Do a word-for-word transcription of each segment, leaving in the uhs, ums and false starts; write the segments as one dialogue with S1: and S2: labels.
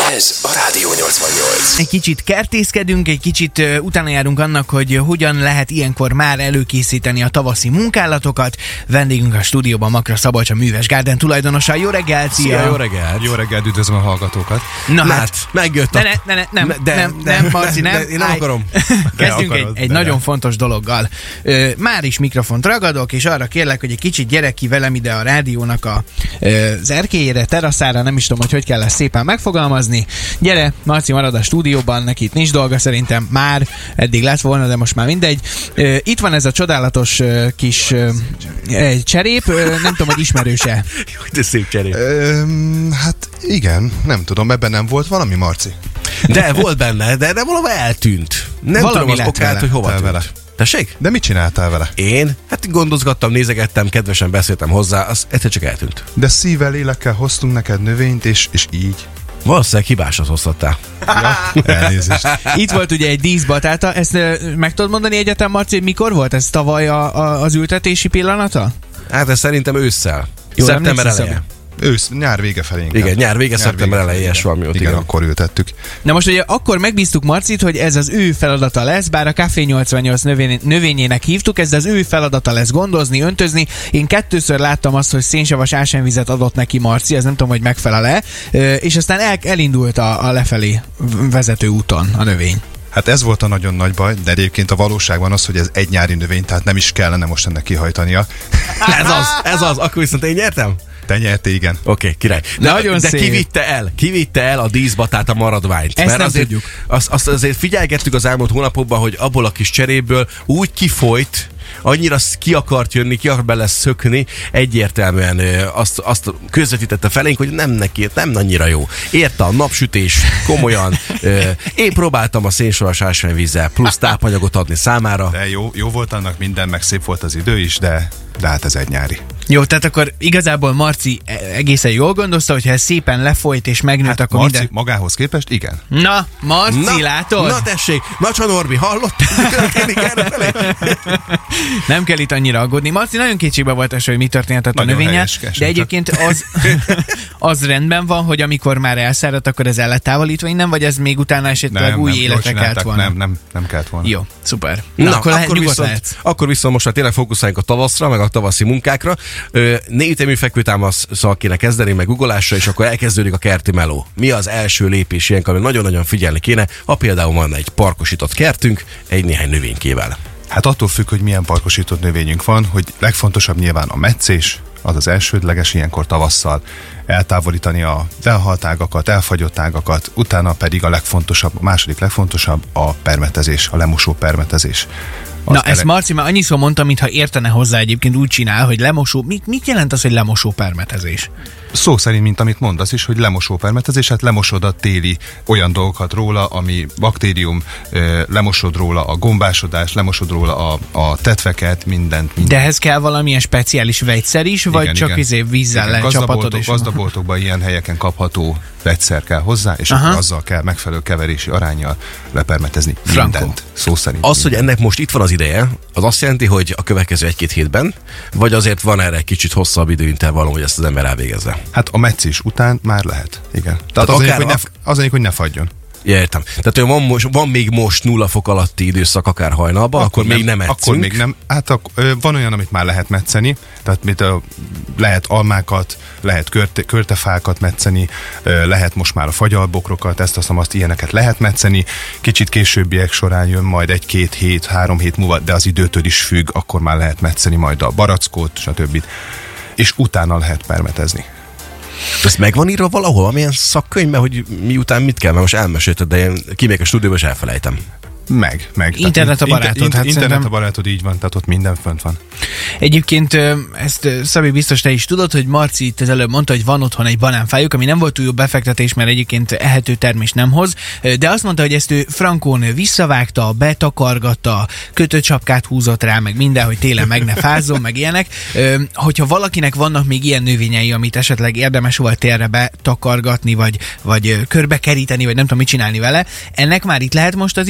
S1: Ez a Rádió nyolcvannyolc.
S2: Egy kicsit kertészkedünk, egy kicsit uh, utána járunk annak, hogy hogyan lehet ilyenkor már előkészíteni a tavaszi munkálatokat. Vendégünk a stúdióban Makra Szabolcs, a Műves Garden tulajdonosa. Jó reggelt, szia!
S3: Szia, jó reggelt! Jó reggelt, üdvözlöm a hallgatókat.
S2: Na hát,
S3: hát megjött
S2: ne,
S3: a...
S2: ne, ne, ne, nem,
S3: de,
S2: nem, nem, Marci, nem.
S3: De, én nem akarom.
S2: Kezdjünk
S3: akarod,
S2: egy, egy
S3: de
S2: nagyon
S3: nem.
S2: fontos dologgal. Ö, már is mikrofont ragadok, és arra kérlek, hogy egy kicsit gyere ki velem ide a rádiónak a, ö, az erkélyére, teraszára, nem is tudom, hogy hogy kell ezt szépen megfogalmazni. Gyere, Marci marad a stúdióban, neki itt nincs dolga szerintem, már eddig lett volna, de most már mindegy. Ö, itt van ez a csodálatos ö, kis ö, cserép, ö, nem tudom, hogy ismerőse.
S3: De szép cserép.
S4: Öm, hát igen, nem tudom, ebben nem volt valami, Marci?
S3: De volt benne, de, de valahol eltűnt. Nem
S2: Valami
S3: tudom az
S2: lett
S3: okát,
S2: vele.
S3: hogy hova
S4: Te
S3: tűnt.
S4: vele.
S3: Tessék?
S4: De mit csináltál vele?
S3: Én? Hát gondozgattam, nézegettem, kedvesen beszéltem hozzá, az egyszer csak eltűnt.
S4: De szívvel, lélekkel hoztunk neked növényt, és, és így.
S3: Valószínűleg hibásat hoztattál.
S4: Ja, elnézést.
S2: Itt volt ugye egy díszbatáta, ezt ö, meg tudod mondani egyetem, Marci, hogy mikor volt ez tavaly a, a, az ültetési pillanata?
S3: Hát ez szerintem ősszel.
S2: Jó,
S3: Szeptember
S2: emlékszel,
S3: eleje.
S4: Ősz, nyár vége felé inkább.
S3: Igen, nyár vége, szeptember eleje,
S4: igen.
S3: és valami ott,
S4: Igen,
S3: igen.
S4: akkor ültettük.
S2: Na most ugye akkor megbíztuk Marcit, hogy ez az ő feladata lesz, bár a Café nyolcvannyolc növény, növényének hívtuk, ez az ő feladata lesz gondozni, öntözni. Én kettőször láttam azt, hogy szénsavas ásványvizet adott neki Marci, ez nem tudom, hogy megfelel-e, Ö, és aztán el, elindult a, a lefelé vezető úton a növény.
S4: Hát ez volt a nagyon nagy baj, de egyébként a valóságban az, hogy ez egy nyári növény, tehát nem is kellene most ennek kihajtania.
S3: Ez az, ez az, akkor viszont én nyertem?
S4: Te nyertél, igen.
S3: Oké, okay, király. De,
S2: Nagyon
S3: de
S2: szép.
S3: kivitte el, kivitte el a díszbatát, a maradványt.
S2: Ezt
S3: Mert
S2: nem
S3: azért,
S2: tudjuk.
S3: Azt, azt azért figyelgettük az elmúlt hónapokban, hogy abból a kis cseréből úgy kifolyt, annyira ki akart jönni, ki akart bele szökni, egyértelműen ö, azt, azt közvetítette felénk, hogy nem neki, nem annyira jó. Érte a napsütés, komolyan. Ö, én próbáltam a szénsavas ásványvízzel plusz tápanyagot adni számára.
S4: De jó, jó volt annak minden, meg szép volt az idő is, de, de hát ez egy nyári.
S2: Jó, tehát akkor igazából Marci egészen jól gondozta, hogyha ez szépen lefolyt és megnőtt,
S4: Hát
S2: akkor
S4: Marci
S2: minden...
S4: magához képest, igen.
S2: Na, Marci,
S3: Na,
S2: látod?
S3: na tessék, Nacsa Norbi, hallottad? Történik errefelé?
S2: Nem kell itt annyira aggódni. Marci nagyon kétségbe volt eső, hogy mi történt a
S4: Nagyon
S2: növényel,
S4: helyes,
S2: de egyébként az, az rendben van, hogy amikor már elszáradt, akkor ez el lett távolítva innen, vagy ez még utána esetleg új
S4: jól
S2: életre kelt
S4: csinálták,
S2: volna?
S4: Nem, nem, nem kelt volna.
S2: Jó, szuper. Na,
S3: Na,
S2: akkor,
S3: akkor,
S2: lehet,
S3: akkor,
S2: nyugodt
S3: viszont,
S2: lehetsz.
S3: akkor viszont most már tényleg fókuszáljunk a tavaszra, meg a tavaszi munkákra. Négyütemű fekvőtámaszsal kéne kezdeni, meg guggolásra, és akkor elkezdődik a kerti meló. Mi az első lépés ilyenkor, ami nagyon-nagyon figyelni kéne, ha például van egy parkosított kertünk, egy néhány növénykével.
S4: Hát attól függ, hogy milyen parkosított növényünk van, hogy legfontosabb nyilván a metszés, az az elsődleges ilyenkor tavasszal, eltávolítani a elhalt ágakat, elfagyott ágakat, utána pedig a legfontosabb, a második legfontosabb a permetezés, a lemosó permetezés. Az
S2: Na, ezt
S4: ele-
S2: Marci már annyiszor mondta, mintha értene hozzá, egyébként úgy csinál, hogy lemosó. Mit, mit jelent az, hogy lemosó permetezés?
S4: Szó szerint, mint amit mondasz is, hogy lemosó permetezés, hát lemosod a téli olyan dolgokat róla, ami baktérium, ö, lemosod róla a gombásodás, lemosod róla a, a tetveket, mindent. mindent.
S2: De ehhez kell valamilyen speciális vegyszer is, vagy
S4: Igen,
S2: csak
S4: igen.
S2: izé vízzel
S4: Igen,
S2: lecsapatod?
S4: gazdaboltok-
S2: És...
S4: Gazdaboltokban ilyen helyeken kapható vegyszer kell hozzá, és
S2: Aha.
S4: akkor azzal kell megfelelő keverési aránnyal lepermetezni
S2: Franco.
S4: mindent. Szó szerint.
S3: Az, hogy ennek most itt van az ideje, az azt jelenti, hogy a következő egy-két hétben, vagy azért van erre egy kicsit hosszabb időintervallum, hogy ezt az ember elvégezze.
S4: Hát a metszés után már lehet. Igen. Tehát,
S3: Tehát
S4: az,
S3: akár
S4: akár, hogy ne,
S3: ak-
S4: az egyik, hogy ne fagyjon.
S3: Ja, értem. Tehát hogy van, most, van még most nulla fok alatti időszak, akár hajnalban, akkor, akkor még nem etszünk.
S4: Akkor még nem. Hát ak- ö, van olyan, amit már lehet metszeni, tehát mit, ö, lehet almákat, lehet körte, körtefákat metszeni, ö, lehet most már a fagyalbokrokat, ezt azt, azt ilyeneket lehet metszeni. Kicsit későbbiek során jön majd egy-két hét, három hét múlva, de az időtől is függ, akkor már lehet metszeni majd a barackot, stb. És utána lehet permetezni.
S3: Ez meg van írva valahol, amilyen szakkönyvben, hogy miután mit kell, mert most elmesélted, de én kimegyek a stúdióba és elfelejtem.
S4: Meg, meg.
S2: Internet a
S4: Tehát
S2: barátod,
S4: Inter,
S2: hát
S4: internet
S2: szerintem-
S4: a barátod, így van, tehát ott minden fönt van.
S2: Egyébként ö, ezt ö, Szabi, biztos te is tudod, hogy Marci itt az előbb mondta, hogy van otthon egy banánfájuk, ami nem volt túl jó befektetés, mert egyébként ehető termés nem hoz, Ö, de azt mondta, hogy ezt ő frankón visszavágta, betakargatta, kötött sapkát húzott rá, meg minden, hogy télen meg ne fázzon, meg ilyenek. Ö, Hogyha valakinek vannak még ilyen növényei, amit esetleg érdemes volt térre betakargatni, vagy, vagy ö, körbekeríteni, vagy nem tudom mit csinálni vele, ennek már itt lehet most az ideje, hogy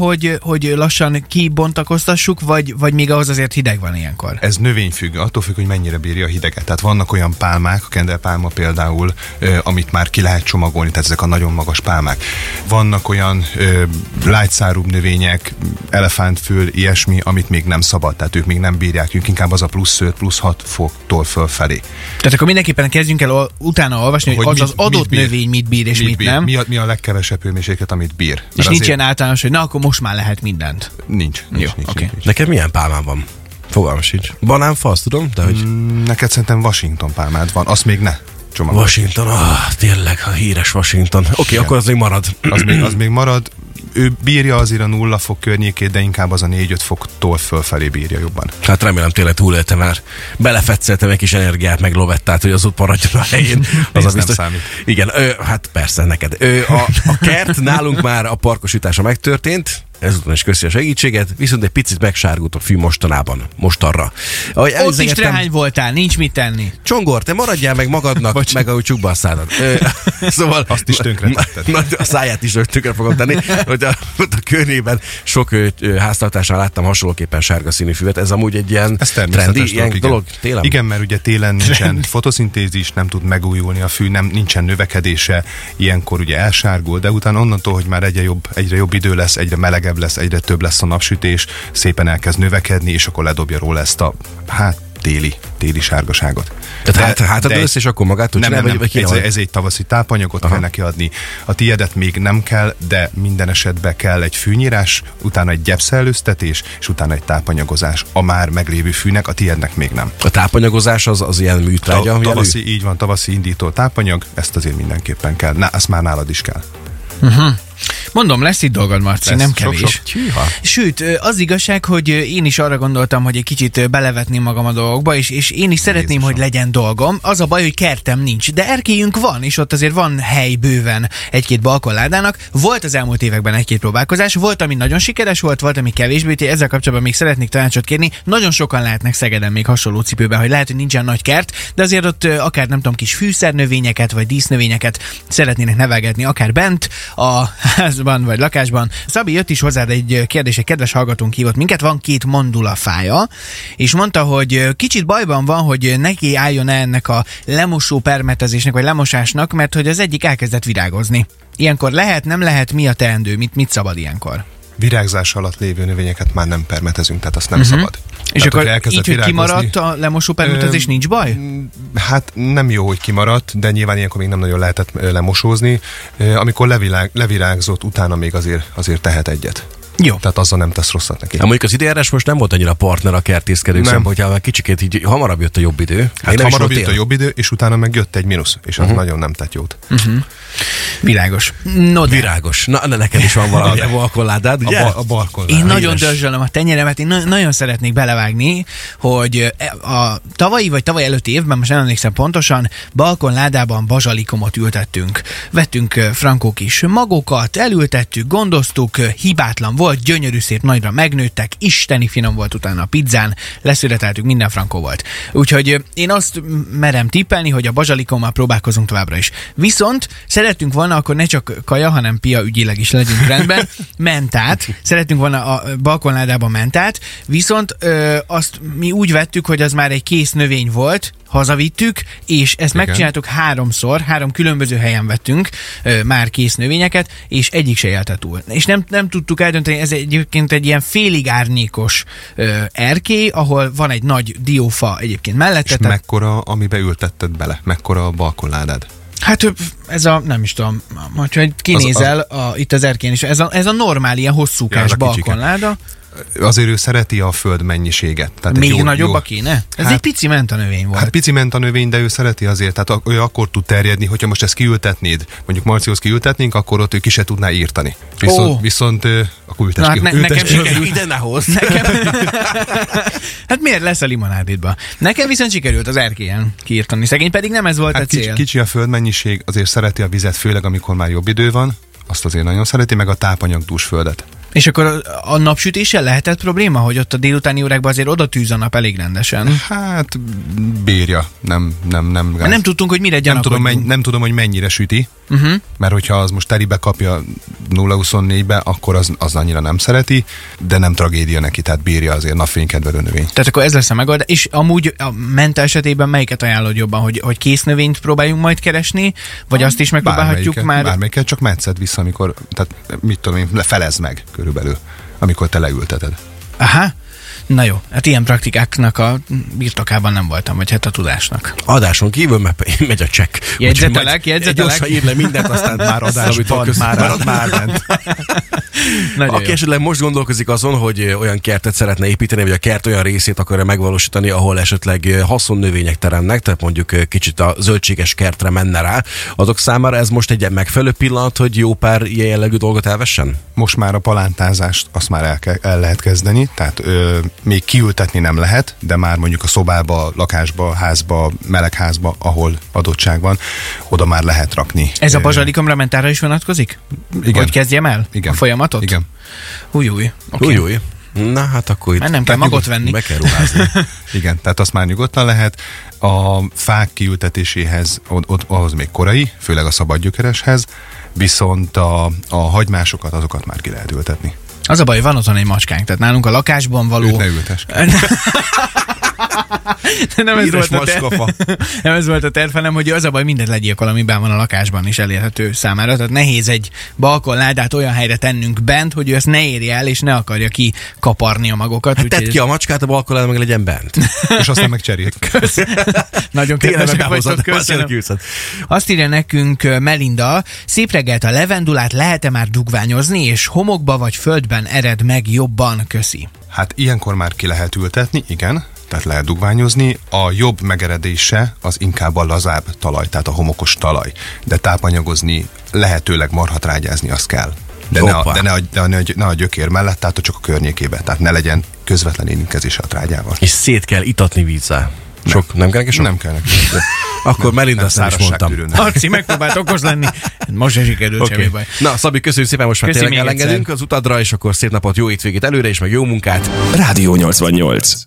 S2: hogy, hogy lassan kibontakoztassuk, vagy, vagy még ahhoz azért hideg van ilyenkor?
S4: Ez növényfüggő, attól függ, hogy mennyire bírja a hideget. Tehát vannak olyan pálmák, a kendelpálma például, ö, amit már ki lehet csomagolni, tehát ezek a nagyon magas pálmák. Vannak olyan ö, lágyszárúbb növények, elefántfül, ilyesmi, amit még nem szabad, tehát ők még nem bírják, ők inkább az a plusz öt, plusz hat foktól fölfelé.
S2: Tehát akkor mindenképpen kezdjünk el ol, utána olvasni, hogy, hogy az mit, az adott mit növény mit bír és mit, mit
S4: bír.
S2: nem.
S4: Mi a, mi a legkevesebb hőmérséklet, amit bír. Mert
S2: és nincs ilyen általános, hogy na, akkor most már lehet mindent.
S4: Nincs. nincs,
S2: Jó,
S4: nincs,
S2: okay.
S4: nincs.
S3: Neked milyen pálmán van? Fogalmam sincs. Banánfa, azt tudom, de hogy...
S4: Mm, neked szerintem Washington pálmád van, azt még ne csomagolj.
S3: Washington, ah, tényleg, a híres Washington. Oké, okay, akkor az még marad.
S4: Az még, az még marad. Ő bírja azért a nulla fok környékét, de inkább az a négy-öt foktól fölfelé bírja jobban.
S3: Hát remélem tényleg túlélte már. Belefetszeltem egy kis energiát, meg lovettát, hogy az ott maradjon a helyén. Az
S4: az biztos... nem számít.
S3: Igen, ö, hát persze neked. Ö, a, a kert nálunk már a parkosítása megtörtént, ezután is köszi a segítséget, viszont egy picit megsárgult a fű mostanában, mostanra. Ahogy
S2: ott is trehány voltál, nincs mit tenni.
S3: Csongor, te maradjál meg magadnak, meg ahogy csukba a szádat. Ö, szóval
S4: azt is tönkretetted.
S3: A száját is tönkre fogom tenni, hogy a, a környében sok ö, ö, háztartásán láttam hasonlóképpen sárga színű füvet. Ez amúgy egy ilyen
S4: ez
S3: trendi ilyen
S4: igen.
S3: dolog télen?
S4: Igen, mert ugye télen nincsen fotoszintézis, nem tud megújulni a fű, nem, nincsen növekedése, ilyenkor ugye elsárgul, de utána onnantól, hogy már egyre jobb, egyre jobb idő lesz, egyre melegebb lesz, egyre több lesz a napsütés, szépen elkezd növekedni, és akkor ledobja róla ezt a, hát, téli, téli sárgaságot.
S3: Tehát de, hát, hát de, és akkor magától
S4: nem,
S3: csinál,
S4: nem,
S3: vagy, vagy
S4: ez, ez egy tavaszi tápanyagot Aha. kell neki adni. A tiédet még nem kell, de minden esetben kell egy fűnyírás, utána egy gyepszellőztetés, és utána egy tápanyagozás. A már meglévő fűnek, a tiédnek még nem.
S3: A tápanyagozás az, az ilyen műtrágya?
S4: Ta, tavaszi, így van, tavaszi indító tápanyag, ezt azért mindenképpen kell. Na, ezt már nálad is kell.
S2: Uh-huh. Mondom, lesz itt dolgod, Marci, lesz, nem kevés.
S4: Sok, sok.
S2: Sőt, az igazság, hogy én is arra gondoltam, hogy egy kicsit belevetném magam a dolgokba, és, és én is szeretném, Jézusom. hogy legyen dolgom. Az a baj, hogy kertem nincs, de erkélyünk van, és ott azért van hely bőven egy-két balkonládának. Volt az elmúlt években egy-két próbálkozás, volt, ami nagyon sikeres volt, volt, ami kevésbé, ezzel kapcsolatban még szeretnék tanácsot kérni. Nagyon sokan lehetnek Szegeden még hasonló cipőben, hogy lehet, hogy nincsen nagy kert, de azért ott akár nem tudom, kis fűszernövényeket vagy dísznövényeket szeretnének nevelgetni, akár bent a házban vagy lakásban. Szabi, jött is hozzád egy kérdés, egy kedves hallgatónk hívott minket, van két mandulafája, és mondta, hogy kicsit bajban van, hogy neki álljon -e ennek a lemosó permetezésnek, vagy lemosásnak, mert hogy az egyik elkezdett virágozni. Ilyenkor lehet, nem lehet, mi a teendő, mit, mit szabad ilyenkor?
S4: Virágzás alatt lévő növényeket már nem permetezünk, tehát azt nem uh-huh. szabad.
S2: És tehát, akkor így, hogy kimaradt a lemosó permetezés, nincs baj?
S4: Hát nem jó, hogy kimaradt, de nyilván ilyenkor még nem nagyon lehetett lemosózni. Amikor levilág, levirágzott, utána még azért, azért tehet egyet.
S2: Jó.
S4: Tehát azzal nem tesz rosszat neki.
S3: Hát mondjuk az időjárás most nem volt annyira partner a kertészkedők szempontjában, kicsikét így hamarabb jött a jobb idő.
S4: Hát hamarabb jött a jobb idő, és utána meg jött egy mínusz, és az uh-huh. nagyon nem tett jót.
S2: Uh-huh. Világos. No,
S3: Virágos. Na, de neked is van valami a balkonládád, ugye?
S4: A, ba- a balkonlád.
S2: Én nagyon dörzsölöm a tenyeremet, én na- nagyon szeretnék belevágni, hogy a tavalyi vagy tavaly előtti évben, most nem emlékszem pontosan, balkonládában bazsalikomot ültettünk. Vettünk frankó kis magokat, elültettük, gondoztuk, hibátlan volt, gyönyörű szép nagyra megnőttek, isteni finom volt utána a pizzán, leszületeltük, minden frankó volt. Úgyhogy én azt merem tippelni, hogy a bazsalikommal próbálkozunk továbbra is. Viszont szerettünk volna, akkor ne csak kaja, hanem pia ügyileg is legyünk rendben, mentát, szerettünk volna a balkonládában mentát, viszont ö, azt mi úgy vettük, hogy az már egy kész növény volt, hazavittük, és ezt Igen. megcsináltuk háromszor, három különböző helyen vettünk ö, már kész növényeket, és egyik se élte túl. És nem, nem tudtuk eldönteni, ez egyébként egy ilyen félig árnyékos ö, erkély, ahol van egy nagy diófa egyébként mellette.
S4: És tehát... mekkora, amibe ültetted bele? Mekkora a balkonládád?
S2: Hát ez a, nem is tudom, hogyha kinézel az, az... A, itt az erkén is, ez a, ez a normál, ilyen hosszúkás ja, balkonláda.
S4: Azért ő szereti a föld mennyiséget. Tehát
S2: még
S4: jó,
S2: nagyobb
S4: jó...
S2: a kéne? Ez
S4: hát,
S2: egy pici mentanövény volt.
S4: Hát pici mentanövény, de ő szereti azért, tehát ő akkor tud terjedni, hogyha most ezt kiültetnéd, mondjuk Marcihoz kiültetnénk, akkor ott ő ki se tudná írtani. Viszont, oh. viszont akkor ültes
S2: Na,
S4: ki.
S2: Hát ne, nekem sikerült.
S3: Ide ne hozz.
S2: Nekem... hát miért lesz a limonádétba? Nekem viszont sikerült az erkélyen kiírtani. Szegény pedig nem ez volt
S4: hát
S2: a cél.
S4: Kicsi, kicsi a földmennyiség, azért szereti a vizet, főleg amikor már jobb idő van, azt azért nagyon szereti, meg a tápanyagdús földet.
S2: És akkor a napsütéssel lehetett probléma, hogy ott a délutáni órákban azért oda tűz a nap elég rendesen?
S4: Hát bírja, nem, nem, nem gáz.
S2: Nem tudtunk, hogy mire
S4: nem tudom, menny, nem tudom, hogy mennyire süti, uh-huh. mert hogyha az most telibe kapja nulla huszonnégybe, akkor az, az annyira nem szereti, de nem tragédia neki, tehát bírja azért napfénykedvelő növény.
S2: Tehát akkor ez lesz a megoldás. És amúgy a menta esetében melyiket ajánlod jobban, hogy, hogy kész növényt próbáljunk majd keresni, vagy azt is megpróbálhatjuk már?
S4: Bármelyiket, csak metszed vissza, amikor, tehát mit tudom én, felezd meg körülbelül, amikor te leülteted.
S2: Aha. Na jó, hát ilyen praktikáknak a birtokában nem voltam, vagy hát a tudásnak.
S3: Adáson kívül me- megy a csekk.
S2: Jegyzetelek, jegyzetelek.
S3: Gyorsan ír le mindent, aztán
S4: Már adásban, már, már, már ment.
S3: Aki jó. Esetleg most gondolkozik azon, hogy olyan kertet szeretne építeni, vagy a kert olyan részét akarja megvalósítani, ahol esetleg haszonnövények teremnek, tehát mondjuk kicsit a zöldséges kertre menne rá, azok számára ez most egy megfelelő pillanat, hogy jó pár ilyen jellegű dolgot elvessen?
S4: Most már a palántázást azt már el, ke- el lehet kezdeni, tehát ö, még kiültetni nem lehet, de már mondjuk a szobába, lakásba, házba, melegházba, ahol adottság van, oda már lehet rakni.
S2: Ez a bazsalikomra mentára is vonatkozik?
S4: Igen.
S2: Hogy kezdjem el
S4: Igen.
S2: a folyamatot?
S4: Igen.
S2: Új, új. Okay.
S3: Új, új. Na hát akkor itt...
S2: Már nem kell magot venni.
S3: Be kell ruházni.
S4: Igen, tehát azt már nyugodtan lehet. A fák kiültetéséhez ott, ott, ahhoz még korai, főleg a szabadgyökereshez, viszont a, a hagymásokat, azokat már ki lehet ültetni.
S2: Az a baj, van otthon egy macskánk, tehát nálunk a lakásban való...
S4: Őt ne ültess.
S2: nem, ez
S3: Híres
S2: volt a terv,
S3: macskafa.
S2: nem ez volt a terv, hanem hogy az a baj, mindent legyilkol, amiben van a lakásban is elérhető számára. Tehát nehéz egy balkonládát olyan helyre tennünk bent, hogy ő ezt ne érje el, és ne akarja kikaparni a magokat.
S3: Hát tedd ki a macskát, a balkonán meg legyen bent.
S4: És aztán meg cserélt.
S2: Nagyon kedvesek vagytok, köszönöm. Azt írja nekünk Melinda, szép reggelt, a levendulát lehet-e már dugványozni, és homokba vagy földben ered meg jobban? Köszi.
S4: Hát ilyenkor már ki lehet ültetni, igen, tehát lehet dugványozni. A jobb megeredése az inkább a lazább talaj, tehát a homokos talaj. De tápanyagozni, lehetőleg marhatrágyázni azt kell. De, ne a, de ne, a, de ne, a, ne a gyökér mellett, tehát csak a környékébe. Tehát ne legyen közvetlen érintkezése a trágyával.
S3: És szét kell itatni vízzel. Sok, nem, nem kell neki sok?
S4: Nem kell neki.
S3: Akkor Melinda, azt is mondtam.
S2: Arci, megpróbált okos lenni. Most se sikerült, okay. Semmi baj.
S3: Na, Szabi, köszönjük szépen, most már
S2: Köszi
S3: tényleg elengedünk az utadra, és akkor szép napot, jó hétvégét előre, és meg jó munkát.
S1: Rádió nyolcvannyolc.